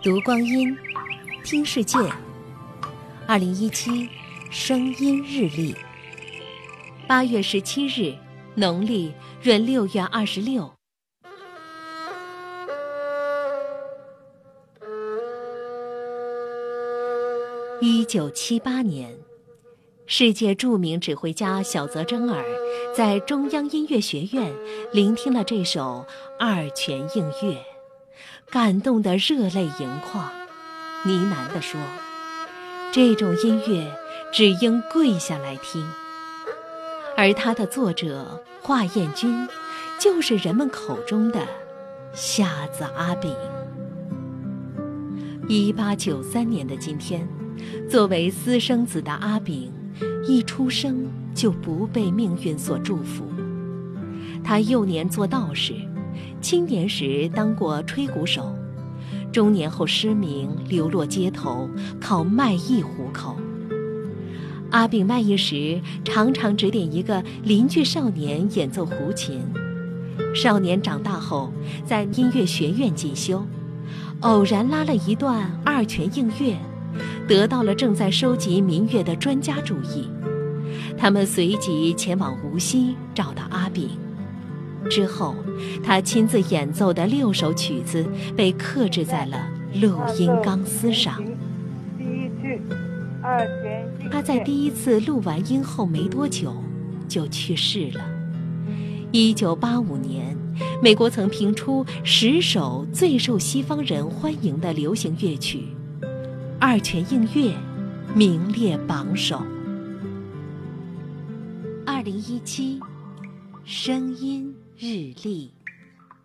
读光阴，听世界。2017声音日历，8月17日，农历闰6月26。1978年，世界著名指挥家小泽征尔在中央音乐学院聆听了这首二泉映月，感动得热泪盈眶，呢喃地说：“这种音乐只应跪下来听。”而它的作者华彦钧，就是人们口中的瞎子阿炳。1893年的今天，作为私生子的阿炳，一出生就不被命运所祝福。他幼年做道士，青年时当过吹鼓手，中年后失明，流落街头，靠卖艺糊口。阿炳卖艺时，常常指点一个邻居少年演奏胡琴。少年长大后，在音乐学院进修，偶然拉了一段二泉映月，得到了正在收集民乐的专家注意。他们随即前往无锡找到阿炳。之后，他亲自演奏的6首曲子被刻制在了录音钢丝上。他在第一次录完音后没多久就去世了。1985年，美国曾评出10首最受西方人欢迎的流行乐曲，二泉映月名列榜首。2017声音日历。